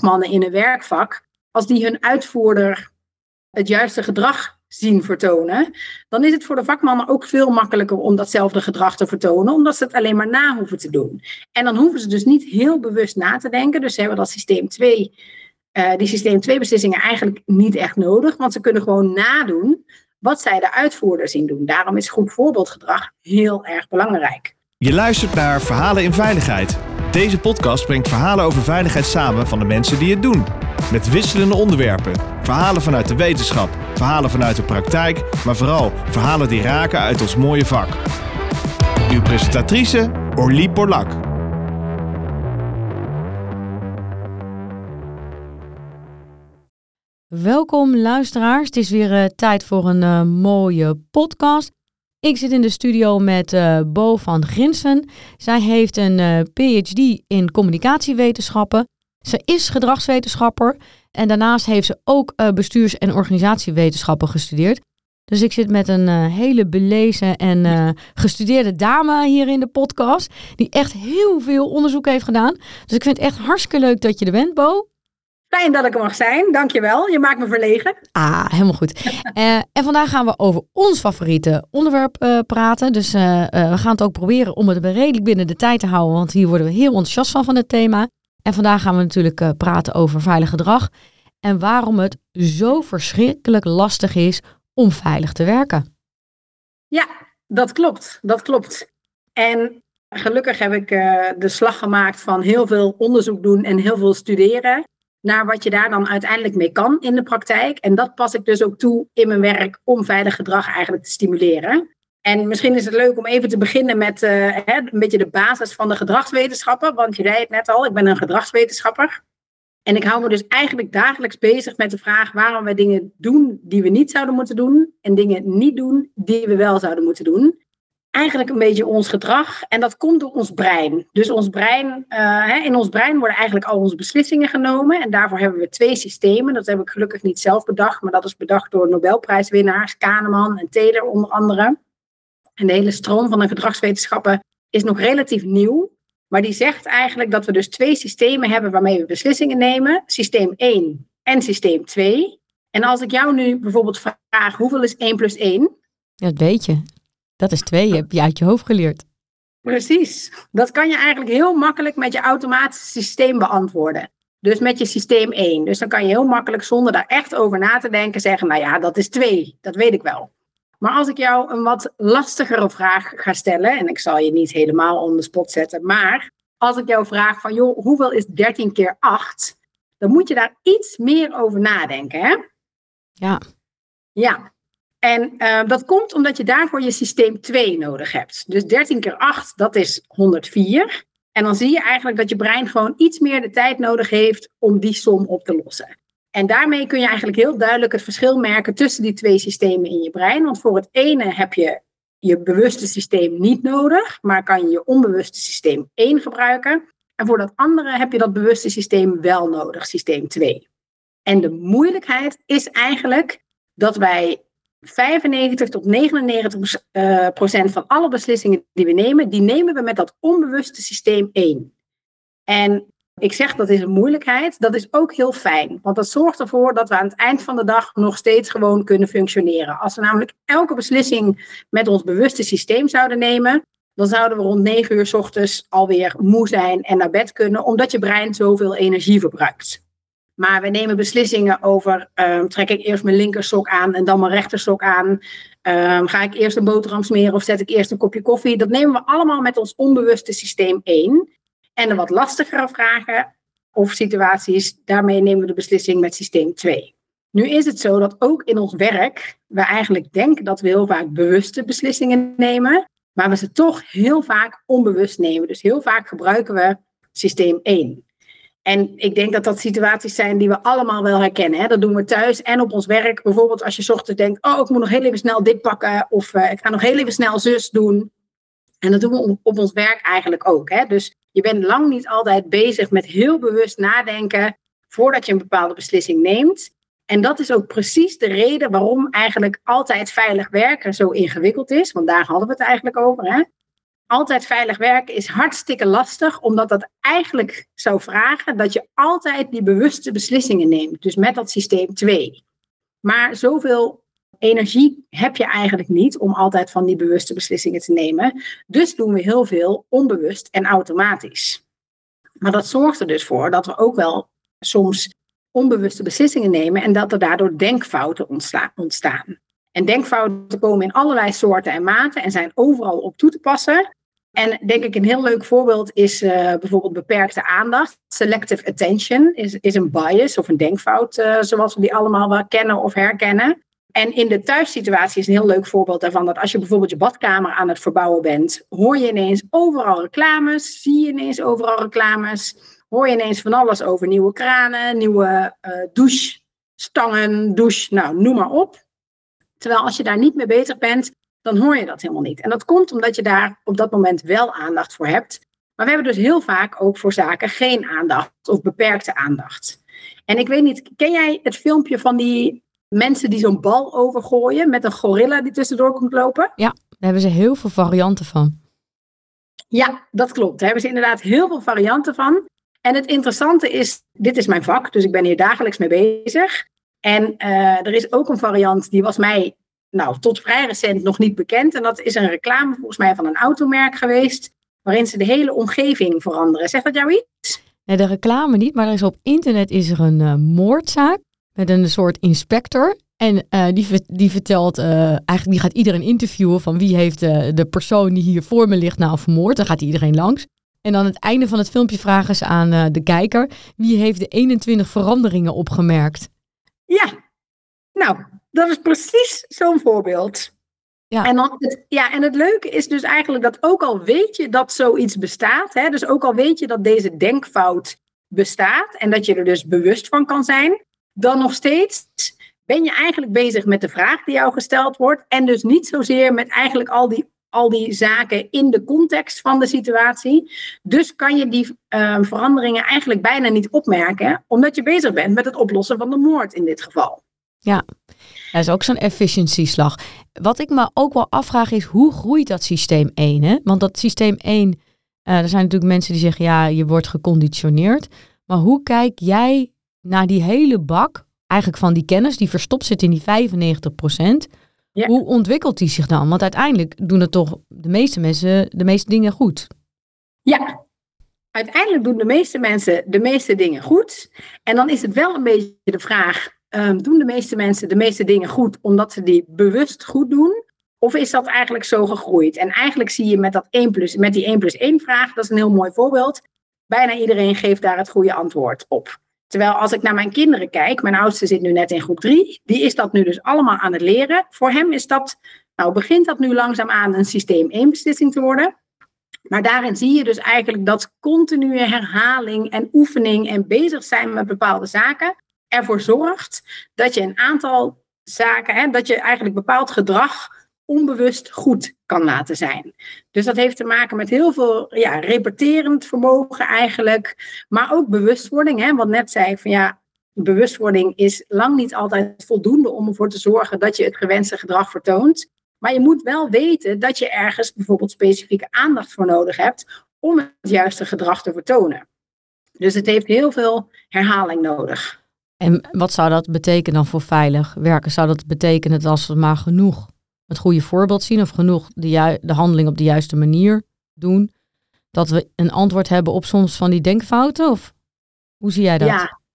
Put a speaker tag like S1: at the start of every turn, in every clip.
S1: vakmannen in een werkvak, als die hun uitvoerder het juiste gedrag zien vertonen, dan is het voor de vakmannen ook veel makkelijker om datzelfde gedrag te vertonen, omdat ze het alleen maar na hoeven te doen. En dan hoeven ze dus niet heel bewust na te denken. Dus ze hebben dat systeem 2, die systeem 2 beslissingen eigenlijk niet echt nodig, want ze kunnen gewoon nadoen wat zij de uitvoerder zien doen. Daarom is goed voorbeeldgedrag heel erg belangrijk.
S2: Je luistert naar Verhalen in Veiligheid. Deze podcast brengt verhalen over veiligheid samen van de mensen die het doen. Met wisselende onderwerpen. Verhalen vanuit de wetenschap, verhalen vanuit de praktijk, maar vooral verhalen die raken uit ons mooie vak. Uw presentatrice, Orlie Borlak.
S3: Welkom luisteraars, het is weer tijd voor een mooie podcast. Ik zit in de studio met Bo van Grinsen. Zij heeft een PhD in communicatiewetenschappen. Ze is gedragswetenschapper en daarnaast heeft ze ook bestuurs- en organisatiewetenschappen gestudeerd. Dus ik zit met een hele belezen en gestudeerde dame hier in de podcast, die echt heel veel onderzoek heeft gedaan. Dus ik vind het echt hartstikke leuk dat je er bent, Bo.
S1: Fijn dat ik er mag zijn, dankjewel. Je maakt me verlegen.
S3: Helemaal goed. En vandaag gaan we over ons favoriete onderwerp praten. Dus we gaan het ook proberen om het redelijk binnen de tijd te houden, want hier worden we heel enthousiast van het thema. En vandaag gaan we natuurlijk praten over veilig gedrag en waarom het zo verschrikkelijk lastig is om veilig te werken.
S1: Ja, dat klopt. En gelukkig heb ik de slag gemaakt van heel veel onderzoek doen en heel veel studeren naar wat je daar dan uiteindelijk mee kan in de praktijk. En dat pas ik dus ook toe in mijn werk om veilig gedrag eigenlijk te stimuleren. En misschien is het leuk om even te beginnen met een beetje de basis van de gedragswetenschappen. Want je zei het net al, ik ben een gedragswetenschapper. En ik hou me dus eigenlijk dagelijks bezig met de vraag waarom we dingen doen die we niet zouden moeten doen. En dingen niet doen die we wel zouden moeten doen. Eigenlijk een beetje ons gedrag. En dat komt door ons brein. Dus ons brein, in ons brein worden eigenlijk al onze beslissingen genomen. En daarvoor hebben we 2 systemen. Dat heb ik gelukkig niet zelf bedacht. Maar dat is bedacht door Nobelprijswinnaars Kahneman en Taylor onder andere. En de hele stroom van de gedragswetenschappen is nog relatief nieuw. Maar die zegt eigenlijk dat we dus 2 systemen hebben waarmee we beslissingen nemen. Systeem 1 en systeem 2. En als ik jou nu bijvoorbeeld vraag, hoeveel is 1 plus 1?
S3: Ja, dat weet je. Dat is 2, heb je uit je hoofd geleerd.
S1: Precies. Dat kan je eigenlijk heel makkelijk met je automatische systeem beantwoorden. Dus met je systeem 1. Dus dan kan je heel makkelijk zonder daar echt over na te denken zeggen, nou ja, dat is 2. Dat weet ik wel. Maar als ik jou een wat lastigere vraag ga stellen, en ik zal je niet helemaal on the spot zetten, maar als ik jou vraag van, joh, hoeveel is 13 keer 8? Dan moet je daar iets meer over nadenken, hè? Ja. En dat komt omdat je daarvoor je systeem 2 nodig hebt. Dus 13 keer 8, dat is 104. En dan zie je eigenlijk dat je brein gewoon iets meer de tijd nodig heeft om die som op te lossen. En daarmee kun je eigenlijk heel duidelijk het verschil merken tussen die 2 systemen in je brein. Want voor het ene heb je je bewuste systeem niet nodig, maar kan je je onbewuste systeem 1 gebruiken. En voor dat andere heb je dat bewuste systeem wel nodig, systeem 2. En de moeilijkheid is eigenlijk dat wij 95 tot 99% van alle beslissingen die we nemen, die nemen we met dat onbewuste systeem 1. En ik zeg dat is een moeilijkheid, dat is ook heel fijn. Want dat zorgt ervoor dat we aan het eind van de dag nog steeds gewoon kunnen functioneren. Als we namelijk elke beslissing met ons bewuste systeem zouden nemen, dan zouden we rond 9 uur 's ochtends alweer moe zijn en naar bed kunnen, omdat je brein zoveel energie verbruikt. Maar we nemen beslissingen over, trek ik eerst mijn linkersok aan en dan mijn rechtersok aan? Ga ik eerst een boterham smeren of zet ik eerst een kopje koffie? Dat nemen we allemaal met ons onbewuste systeem 1. En de wat lastigere vragen of situaties, daarmee nemen we de beslissing met systeem 2. Nu is het zo dat ook in ons werk we eigenlijk denken dat we heel vaak bewuste beslissingen nemen, maar we ze toch heel vaak onbewust nemen. Dus heel vaak gebruiken we systeem 1. En ik denk dat dat situaties zijn die we allemaal wel herkennen. Hè? Dat doen we thuis en op ons werk. Bijvoorbeeld als je 's ochtends denkt, oh, ik moet nog heel even snel dit pakken. Of ik ga nog heel even snel zus doen. En dat doen we op ons werk eigenlijk ook. Hè? Dus je bent lang niet altijd bezig met heel bewust nadenken voordat je een bepaalde beslissing neemt. En dat is ook precies de reden waarom eigenlijk altijd veilig werken zo ingewikkeld is. Want daar hadden we het eigenlijk over. Hè? altijd veilig werken is hartstikke lastig, omdat dat eigenlijk zou vragen dat je altijd die bewuste beslissingen neemt. Dus met dat systeem 2. Maar zoveel energie heb je eigenlijk niet om altijd van die bewuste beslissingen te nemen. Dus doen we heel veel onbewust en automatisch. Maar dat zorgt er dus voor dat we ook wel soms onbewuste beslissingen nemen en dat er daardoor denkfouten ontstaan. En denkfouten komen in allerlei soorten en maten en zijn overal op toe te passen. En denk ik een heel leuk voorbeeld is bijvoorbeeld beperkte aandacht. Selective attention is een bias of een denkfout zoals we die allemaal wel kennen of herkennen. En in de thuissituatie is een heel leuk voorbeeld daarvan dat als je bijvoorbeeld je badkamer aan het verbouwen bent, hoor je ineens overal reclames, zie je ineens overal reclames, hoor je ineens van alles over nieuwe kranen, nieuwe douchestangen, noem maar op. Terwijl als je daar niet mee bezig bent, dan hoor je dat helemaal niet. En dat komt omdat je daar op dat moment wel aandacht voor hebt. Maar we hebben dus heel vaak ook voor zaken geen aandacht of beperkte aandacht. En ik weet niet, ken jij het filmpje van die mensen die zo'n bal overgooien met een gorilla die tussendoor komt lopen?
S3: Ja, daar hebben ze heel veel varianten van.
S1: Ja, dat klopt. Daar hebben ze inderdaad heel veel varianten van. En het interessante is, dit is mijn vak, dus ik ben hier dagelijks mee bezig. En er is ook een variant, die was mij tot vrij recent nog niet bekend. En dat is een reclame volgens mij van een automerk geweest, waarin ze de hele omgeving veranderen. Zegt dat jou iets?
S3: Nee, de reclame niet, maar op internet is er een moordzaak met een soort inspector. En die vertelt, eigenlijk die gaat iedereen interviewen van wie heeft de persoon die hier voor me ligt nou vermoord. Dan gaat iedereen langs. En aan het einde van het filmpje vragen ze aan de kijker, wie heeft de 21 veranderingen opgemerkt?
S1: Ja, dat is precies zo'n voorbeeld. Ja. En het leuke is dus eigenlijk dat ook al weet je dat zoiets bestaat, hè, dus ook al weet je dat deze denkfout bestaat en dat je er dus bewust van kan zijn, dan nog steeds ben je eigenlijk bezig met de vraag die jou gesteld wordt en dus niet zozeer met eigenlijk al die zaken in de context van de situatie. Dus kan je die veranderingen eigenlijk bijna niet opmerken, omdat je bezig bent met het oplossen van de moord in dit geval.
S3: Ja, dat is ook zo'n efficiëntieslag. Wat ik me ook wel afvraag is, hoe groeit dat systeem 1? Hè? Want dat systeem 1, er zijn natuurlijk mensen die zeggen, ja, je wordt geconditioneerd. Maar hoe kijk jij naar die hele bak, eigenlijk van die kennis, die verstopt zit in die 95%? Ja. Hoe ontwikkelt die zich dan? Want uiteindelijk doen het toch de meeste mensen de meeste dingen goed.
S1: Ja, uiteindelijk doen de meeste mensen de meeste dingen goed. En dan is het wel een beetje de vraag, doen de meeste mensen de meeste dingen goed omdat ze die bewust goed doen? Of is dat eigenlijk zo gegroeid? En eigenlijk zie je met die 1+1 vraag, dat is een heel mooi voorbeeld, bijna iedereen geeft daar het goede antwoord op. Terwijl als ik naar mijn kinderen kijk, mijn oudste zit nu net in groep 3, die is dat nu dus allemaal aan het leren. Voor hem is dat, begint dat nu langzaamaan een systeem 1 beslissing te worden. Maar daarin zie je dus eigenlijk dat continue herhaling en oefening en bezig zijn met bepaalde zaken ervoor zorgt dat je een aantal zaken, dat je eigenlijk bepaald gedrag onbewust goed kan laten zijn. Dus dat heeft te maken met heel veel repeterend vermogen eigenlijk, maar ook bewustwording. Want net zei ik van bewustwording is lang niet altijd voldoende om ervoor te zorgen dat je het gewenste gedrag vertoont. Maar je moet wel weten dat je ergens bijvoorbeeld specifieke aandacht voor nodig hebt om het juiste gedrag te vertonen. Dus het heeft heel veel herhaling nodig.
S3: En wat zou dat betekenen dan voor veilig werken? Zou dat betekenen dat als we maar genoeg het goede voorbeeld zien of genoeg de handeling op de juiste manier doen, dat we een antwoord hebben op soms van die denkfouten? Of hoe zie jij dat?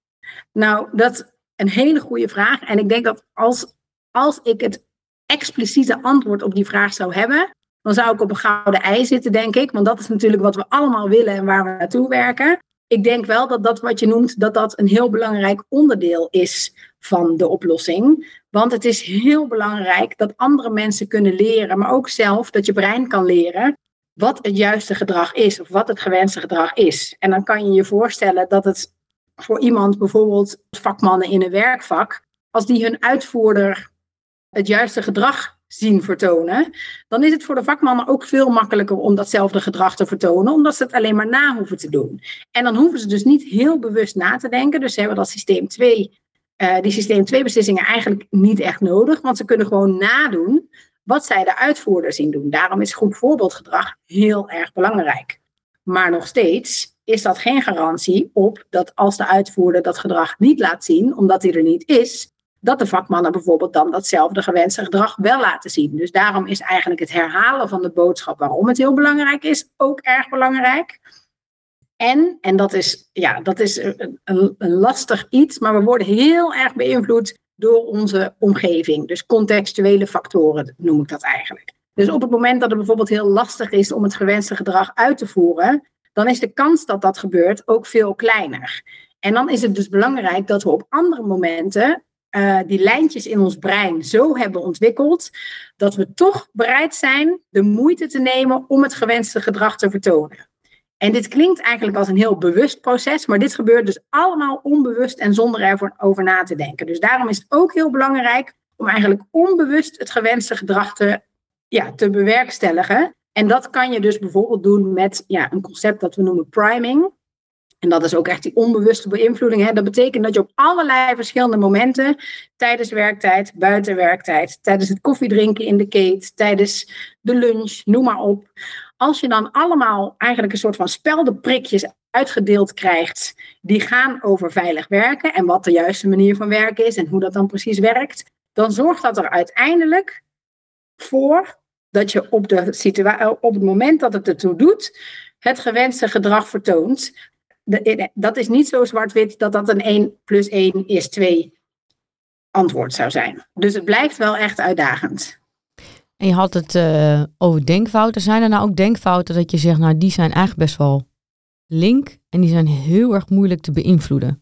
S1: Ja, dat is een hele goede vraag. En ik denk dat als ik het expliciete antwoord op die vraag zou hebben, dan zou ik op een gouden ei zitten, denk ik. Want dat is natuurlijk wat we allemaal willen en waar we naartoe werken. Ik denk wel dat wat je noemt, dat een heel belangrijk onderdeel is van de oplossing. Want het is heel belangrijk dat andere mensen kunnen leren, maar ook zelf dat je brein kan leren wat het juiste gedrag is of wat het gewenste gedrag is. En dan kan je je voorstellen dat het voor iemand, bijvoorbeeld vakmannen in een werkvak, als die hun uitvoerder het juiste gedrag zien vertonen, dan is het voor de vakmannen ook veel makkelijker om datzelfde gedrag te vertonen, omdat ze het alleen maar na hoeven te doen. En dan hoeven ze dus niet heel bewust na te denken. Dus ze hebben dat systeem 2, die systeem 2 beslissingen eigenlijk niet echt nodig, want ze kunnen gewoon nadoen wat zij de uitvoerder zien doen. Daarom is goed voorbeeldgedrag heel erg belangrijk. Maar nog steeds is dat geen garantie op dat als de uitvoerder dat gedrag niet laat zien, omdat hij er niet is, dat de vakmannen bijvoorbeeld dan datzelfde gewenste gedrag wel laten zien. Dus daarom is eigenlijk het herhalen van de boodschap waarom het heel belangrijk is, ook erg belangrijk. En dat is een lastig iets, maar we worden heel erg beïnvloed door onze omgeving. Dus contextuele factoren noem ik dat eigenlijk. Dus op het moment dat het bijvoorbeeld heel lastig is om het gewenste gedrag uit te voeren, dan is de kans dat dat gebeurt ook veel kleiner. En dan is het dus belangrijk dat we op andere momenten die lijntjes in ons brein zo hebben ontwikkeld, dat we toch bereid zijn de moeite te nemen om het gewenste gedrag te vertonen. En dit klinkt eigenlijk als een heel bewust proces, maar dit gebeurt dus allemaal onbewust en zonder erover na te denken. Dus daarom is het ook heel belangrijk om eigenlijk onbewust het gewenste gedrag te bewerkstelligen. En dat kan je dus bijvoorbeeld doen met een concept dat we noemen priming. En dat is ook echt die onbewuste beïnvloeding. Hè? Dat betekent dat je op allerlei verschillende momenten, tijdens werktijd, buiten werktijd, tijdens het koffiedrinken in de kate, tijdens de lunch, noem maar op. Als je dan allemaal eigenlijk een soort van speldenprikjes uitgedeeld krijgt, die gaan over veilig werken en wat de juiste manier van werken is en hoe dat dan precies werkt, dan zorgt dat er uiteindelijk voor dat je op het moment dat het ertoe doet, het gewenste gedrag vertoont. Dat is niet zo zwart-wit dat een 1 + 1 = 2 antwoord zou zijn. Dus het blijft wel echt uitdagend.
S3: En je had het over denkfouten. Zijn er nou ook denkfouten dat je zegt, nou die zijn eigenlijk best wel link en die zijn heel erg moeilijk te beïnvloeden?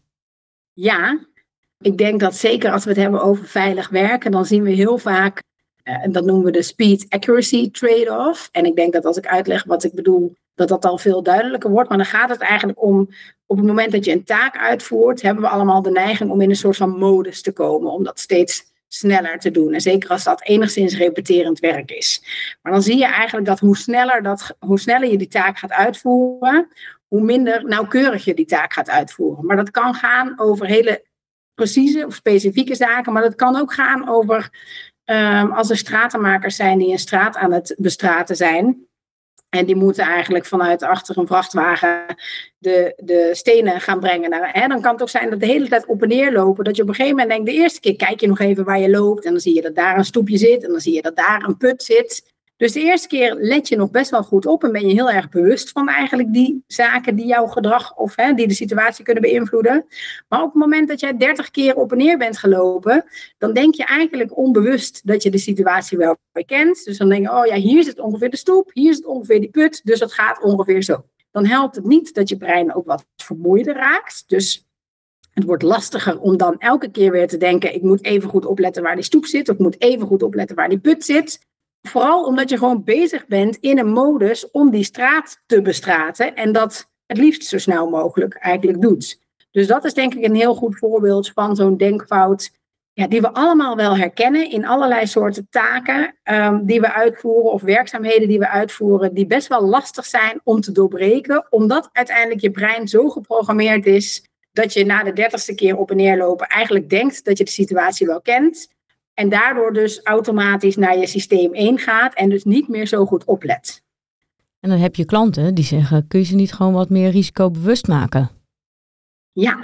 S1: Ja, ik denk dat zeker als we het hebben over veilig werken, dan zien we heel vaak, en dat noemen we de speed-accuracy trade-off. En ik denk dat als ik uitleg wat ik bedoel, dat al veel duidelijker wordt. Maar dan gaat het eigenlijk om, op het moment dat je een taak uitvoert, hebben we allemaal de neiging om in een soort van modus te komen, om dat steeds sneller te doen. En zeker als dat enigszins repeterend werk is. Maar dan zie je eigenlijk dat hoe sneller je die taak gaat uitvoeren, hoe minder nauwkeurig je die taak gaat uitvoeren. Maar dat kan gaan over hele precieze of specifieke zaken, maar dat kan ook gaan over als er stratenmakers zijn die een straat aan het bestraten zijn. En die moeten eigenlijk vanuit achter een vrachtwagen de stenen gaan brengen. Dan kan het ook zijn dat de hele tijd op en neer lopen. Dat je op een gegeven moment denkt, de eerste keer kijk je nog even waar je loopt. En dan zie je dat daar een stoepje zit. En dan zie je dat daar een put zit. Dus de eerste keer let je nog best wel goed op. En ben je heel erg bewust van eigenlijk die zaken die jouw gedrag of die de situatie kunnen beïnvloeden. Maar op het moment dat jij 30 keer op en neer bent gelopen, dan denk je eigenlijk onbewust dat je de situatie wel kent. Dus dan denk je, oh ja, hier zit ongeveer de stoep, hier zit ongeveer die put. Dus dat gaat ongeveer zo. Dan helpt het niet dat je brein ook wat vermoeider raakt. Dus het wordt lastiger om dan elke keer weer te denken, ik moet even goed opletten waar die stoep zit. Of ik moet even goed opletten waar die put zit. Vooral omdat je gewoon bezig bent in een modus om die straat te bestraten. En dat het liefst zo snel mogelijk eigenlijk doet. Dus dat is denk ik een heel goed voorbeeld van zo'n denkfout. Ja, die we allemaal wel herkennen in allerlei soorten taken die we uitvoeren. Of werkzaamheden die we uitvoeren. Die best wel lastig zijn om te doorbreken. Omdat uiteindelijk je brein zo geprogrammeerd is dat je na de 30ste keer op en neer lopen eigenlijk denkt dat je de situatie wel kent. En daardoor dus automatisch naar je systeem 1 gaat en dus niet meer zo goed oplet.
S3: En dan heb je klanten die zeggen, kun je ze niet gewoon wat meer risicobewust maken?
S1: Ja,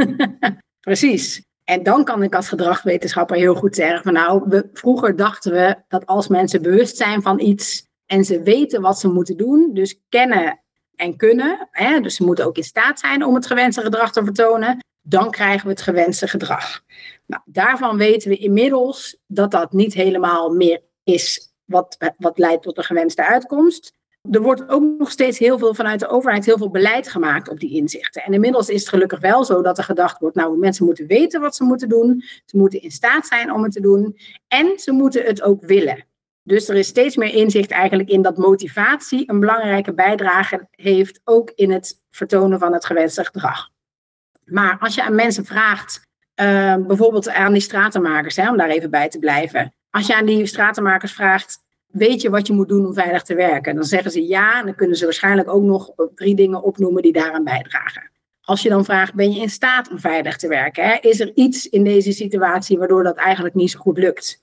S1: precies. En dan kan ik als gedragswetenschapper heel goed zeggen van vroeger dachten we dat als mensen bewust zijn van iets en ze weten wat ze moeten doen, dus kennen en kunnen, dus ze moeten ook in staat zijn om het gewenste gedrag te vertonen, dan krijgen we het gewenste gedrag. Nou, daarvan weten we inmiddels dat dat niet helemaal meer is wat leidt tot de gewenste uitkomst. Er wordt ook nog steeds heel veel vanuit de overheid heel veel beleid gemaakt op die inzichten. En inmiddels is het gelukkig wel zo dat er gedacht wordt, mensen moeten weten wat ze moeten doen. Ze moeten in staat zijn om het te doen. En ze moeten het ook willen. Dus er is steeds meer inzicht eigenlijk in dat motivatie een belangrijke bijdrage heeft, ook in het vertonen van het gewenste gedrag. Maar als je aan mensen vraagt, bijvoorbeeld aan die stratenmakers, om daar even bij te blijven. Als je aan die stratenmakers vraagt, weet je wat je moet doen om veilig te werken? Dan zeggen ze ja, en dan kunnen ze waarschijnlijk ook nog 3 dingen opnoemen die daaraan bijdragen. Als je dan vraagt, ben je in staat om veilig te werken? Is er iets in deze situatie waardoor dat eigenlijk niet zo goed lukt?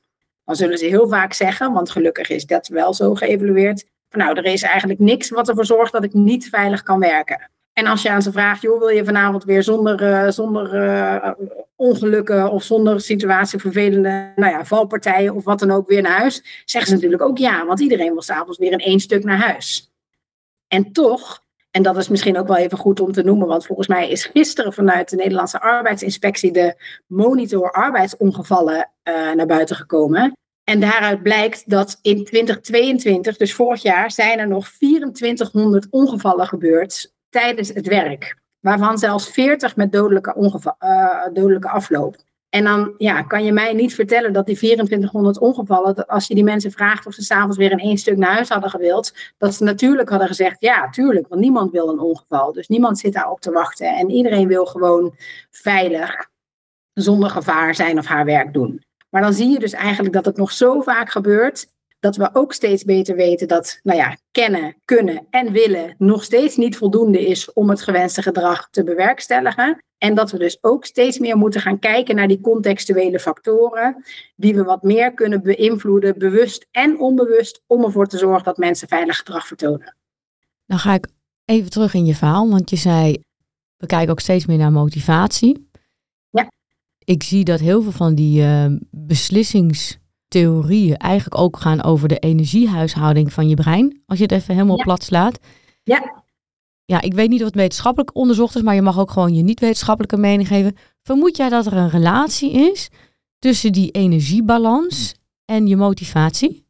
S1: dan zullen ze heel vaak zeggen, want gelukkig is dat wel zo geëvalueerd, van nou, er is eigenlijk niks wat ervoor zorgt dat ik niet veilig kan werken. En als je aan ze vraagt, joh, wil je vanavond weer zonder ongelukken of zonder situatievervelende valpartijen of wat dan ook weer naar huis, zeggen ze natuurlijk ook ja, want iedereen wil 's avonds weer in 1 stuk naar huis. En toch, en dat is misschien ook wel even goed om te noemen, want volgens mij is gisteren vanuit de Nederlandse Arbeidsinspectie de monitor arbeidsongevallen naar buiten gekomen. En daaruit blijkt dat in 2022, dus vorig jaar, zijn er nog 2400 ongevallen gebeurd tijdens het werk. Waarvan zelfs 40 met dodelijke afloop. En dan kan je mij niet vertellen dat die 2400 ongevallen, dat als je die mensen vraagt of ze 's avonds weer in 1 stuk naar huis hadden gewild, dat ze natuurlijk hadden gezegd, ja, tuurlijk, want niemand wil een ongeval. Dus niemand zit daarop te wachten. En iedereen wil gewoon veilig, zonder gevaar zijn of haar werk doen. Maar dan zie je dus eigenlijk dat het nog zo vaak gebeurt, dat we ook steeds beter weten dat kennen, kunnen en willen nog steeds niet voldoende is om het gewenste gedrag te bewerkstelligen. En dat we dus ook steeds meer moeten gaan kijken naar die contextuele factoren die we wat meer kunnen beïnvloeden, bewust en onbewust, om ervoor te zorgen dat mensen veilig gedrag vertonen.
S3: Dan ga ik even terug in je verhaal, want je zei, we kijken ook steeds meer naar motivatie.
S1: Ja.
S3: Ik zie dat heel veel van die beslissingstheorieën eigenlijk ook gaan over de energiehuishouding van je brein. Als je het even helemaal plat slaat.
S1: Ja.
S3: Ja, ik weet niet of het wetenschappelijk onderzocht is, maar je mag ook gewoon je niet-wetenschappelijke mening geven. Vermoed jij dat er een relatie is tussen die energiebalans en je motivatie?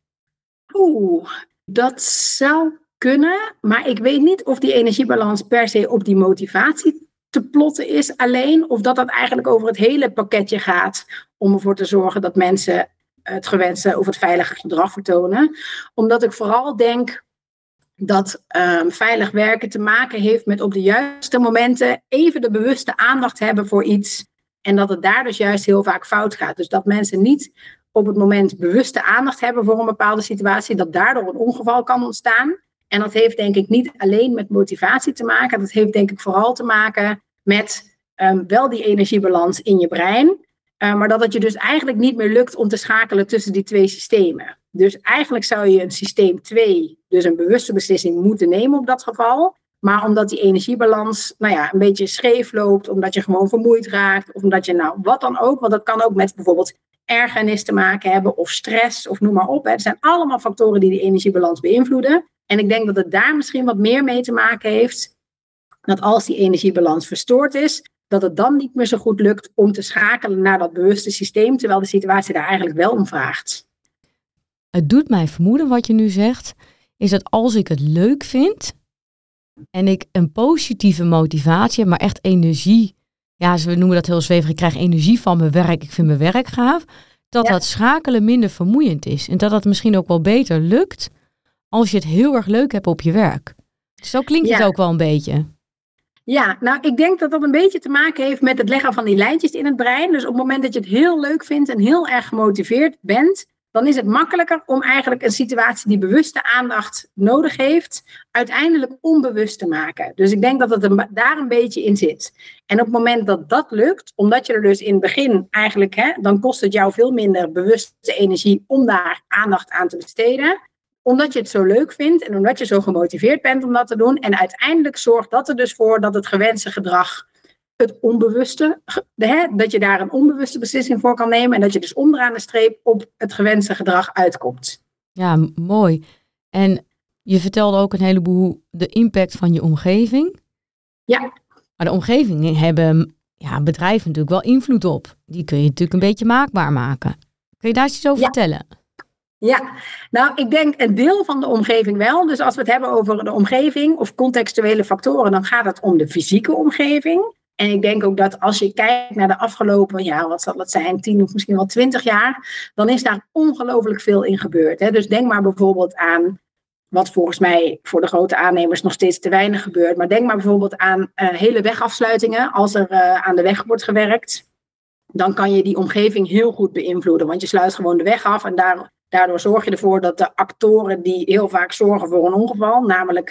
S1: Dat zou kunnen, maar ik weet niet of die energiebalans per se op die motivatie te plotten is alleen, of dat eigenlijk over het hele pakketje gaat om ervoor te zorgen dat mensen het gewenste of het veilige gedrag vertonen. Omdat ik vooral denk dat veilig werken te maken heeft met op de juiste momenten even de bewuste aandacht hebben voor iets. En dat het daar dus juist heel vaak fout gaat. Dus dat mensen niet op het moment bewuste aandacht hebben voor een bepaalde situatie, dat daardoor een ongeval kan ontstaan. En dat heeft denk ik niet alleen met motivatie te maken. Dat heeft denk ik vooral te maken met wel die energiebalans in je brein. Maar dat het je dus eigenlijk niet meer lukt om te schakelen tussen die 2 systemen. Dus eigenlijk zou je een systeem 2, dus een bewuste beslissing moeten nemen op dat geval. Maar omdat die energiebalans een beetje scheef loopt, omdat je gewoon vermoeid raakt, of omdat je wat dan ook, want dat kan ook met bijvoorbeeld ergernis te maken hebben, of stress, of noem maar op. Het zijn allemaal factoren die energiebalans beïnvloeden. En ik denk dat het daar misschien wat meer mee te maken heeft, dat als die energiebalans verstoord is, dat het dan niet meer zo goed lukt om te schakelen naar dat bewuste systeem, terwijl de situatie daar eigenlijk wel om vraagt.
S3: Het doet mij vermoeden wat je nu zegt, is dat als ik het leuk vind en ik een positieve motivatie heb, maar echt energie, we noemen dat heel zweverig, ik krijg energie van mijn werk, ik vind mijn werk gaaf, dat schakelen minder vermoeiend is. En dat misschien ook wel beter lukt als je het heel erg leuk hebt op je werk. Zo klinkt het ook wel een beetje.
S1: Ja, ik denk dat dat een beetje te maken heeft met het leggen van die lijntjes in het brein. Dus op het moment dat je het heel leuk vindt en heel erg gemotiveerd bent, dan is het makkelijker om eigenlijk een situatie die bewuste aandacht nodig heeft, uiteindelijk onbewust te maken. Dus ik denk dat het daar een beetje in zit. En op het moment dat dat lukt, omdat je er dus in het begin eigenlijk, dan kost het jou veel minder bewuste energie om daar aandacht aan te besteden. Omdat je het zo leuk vindt en omdat je zo gemotiveerd bent om dat te doen. En uiteindelijk zorgt dat er dus voor dat het gewenste gedrag, het onbewuste, dat je daar een onbewuste beslissing voor kan nemen. En dat je dus onderaan de streep op het gewenste gedrag uitkomt.
S3: Ja, mooi. En je vertelde ook een heleboel de impact van je omgeving.
S1: Ja.
S3: Maar de omgeving hebben bedrijven natuurlijk wel invloed op. Die kun je natuurlijk een beetje maakbaar maken. Kun je daar iets over vertellen?
S1: Ja, ik denk een deel van de omgeving wel. Dus als we het hebben over de omgeving of contextuele factoren, dan gaat het om de fysieke omgeving. En ik denk ook dat als je kijkt naar de afgelopen, wat zal het zijn, 10 of misschien wel 20 jaar, dan is daar ongelooflijk veel in gebeurd. Dus denk maar bijvoorbeeld aan, wat volgens mij voor de grote aannemers nog steeds te weinig gebeurt, maar denk maar bijvoorbeeld aan hele wegafsluitingen. Als er aan de weg wordt gewerkt, dan kan je die omgeving heel goed beïnvloeden, want je sluit gewoon de weg af en daardoor zorg je ervoor dat de actoren die heel vaak zorgen voor een ongeval, namelijk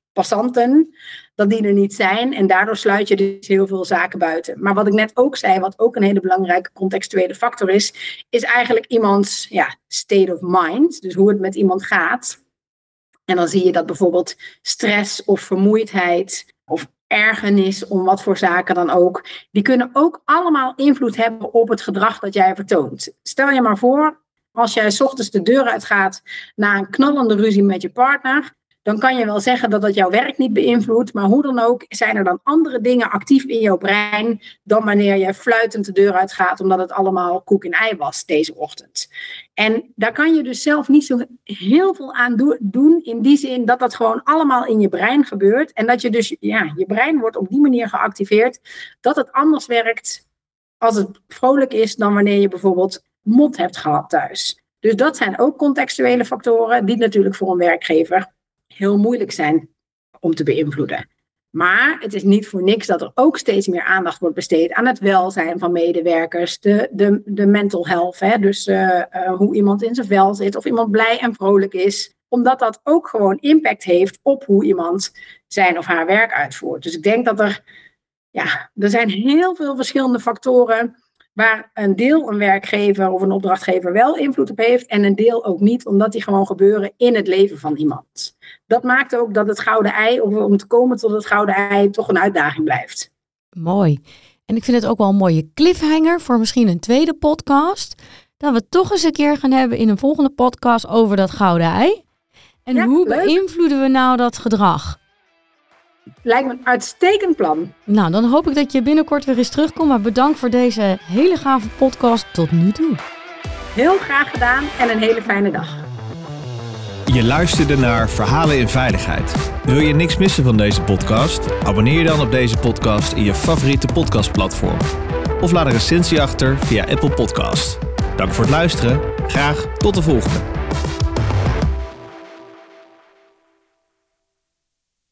S1: passanten, dat die er niet zijn. En daardoor sluit je dus heel veel zaken buiten. Maar wat ik net ook zei, wat ook een hele belangrijke contextuele factor is eigenlijk iemands state of mind. Dus hoe het met iemand gaat. En dan zie je dat bijvoorbeeld stress of vermoeidheid of ergernis, om wat voor zaken dan ook, die kunnen ook allemaal invloed hebben op het gedrag dat jij vertoont. Stel je maar voor, als jij 's ochtends de deur uitgaat na een knallende ruzie met je partner, dan kan je wel zeggen dat dat jouw werk niet beïnvloedt, maar hoe dan ook zijn er dan andere dingen actief in jouw brein dan wanneer je fluitend de deur uitgaat omdat het allemaal koek en ei was deze ochtend. En daar kan je dus zelf niet zo heel veel aan doen in die zin dat dat gewoon allemaal in je brein gebeurt en dat je dus, je brein wordt op die manier geactiveerd dat het anders werkt als het vrolijk is dan wanneer je bijvoorbeeld mot hebt gehad thuis. Dus dat zijn ook contextuele factoren die natuurlijk voor een werkgever heel moeilijk zijn om te beïnvloeden. Maar het is niet voor niks dat er ook steeds meer aandacht wordt besteed aan het welzijn van medewerkers, de mental health, dus hoe iemand in zijn vel zit, of iemand blij en vrolijk is, omdat dat ook gewoon impact heeft op hoe iemand zijn of haar werk uitvoert. Dus ik denk dat er zijn heel veel verschillende factoren waar een deel een werkgever of een opdrachtgever wel invloed op heeft en een deel ook niet, omdat die gewoon gebeuren in het leven van iemand. Dat maakt ook dat het gouden ei, of om te komen tot het gouden ei, toch een uitdaging blijft.
S3: Mooi. En ik vind het ook wel een mooie cliffhanger voor misschien een tweede podcast. Dat we het toch eens een keer gaan hebben in een volgende podcast over dat gouden ei. En hoe beïnvloeden we nou dat gedrag?
S1: Lijkt me een uitstekend plan.
S3: Nou, dan hoop ik dat je binnenkort weer eens terugkomt. Maar bedankt voor deze hele gave podcast tot nu toe.
S1: Heel graag gedaan en een hele fijne dag.
S2: Je luisterde naar Verhalen in Veiligheid. Wil je niks missen van deze podcast? Abonneer je dan op deze podcast in je favoriete podcastplatform. Of laat een recensie achter via Apple Podcast. Dank voor het luisteren. Graag tot de volgende.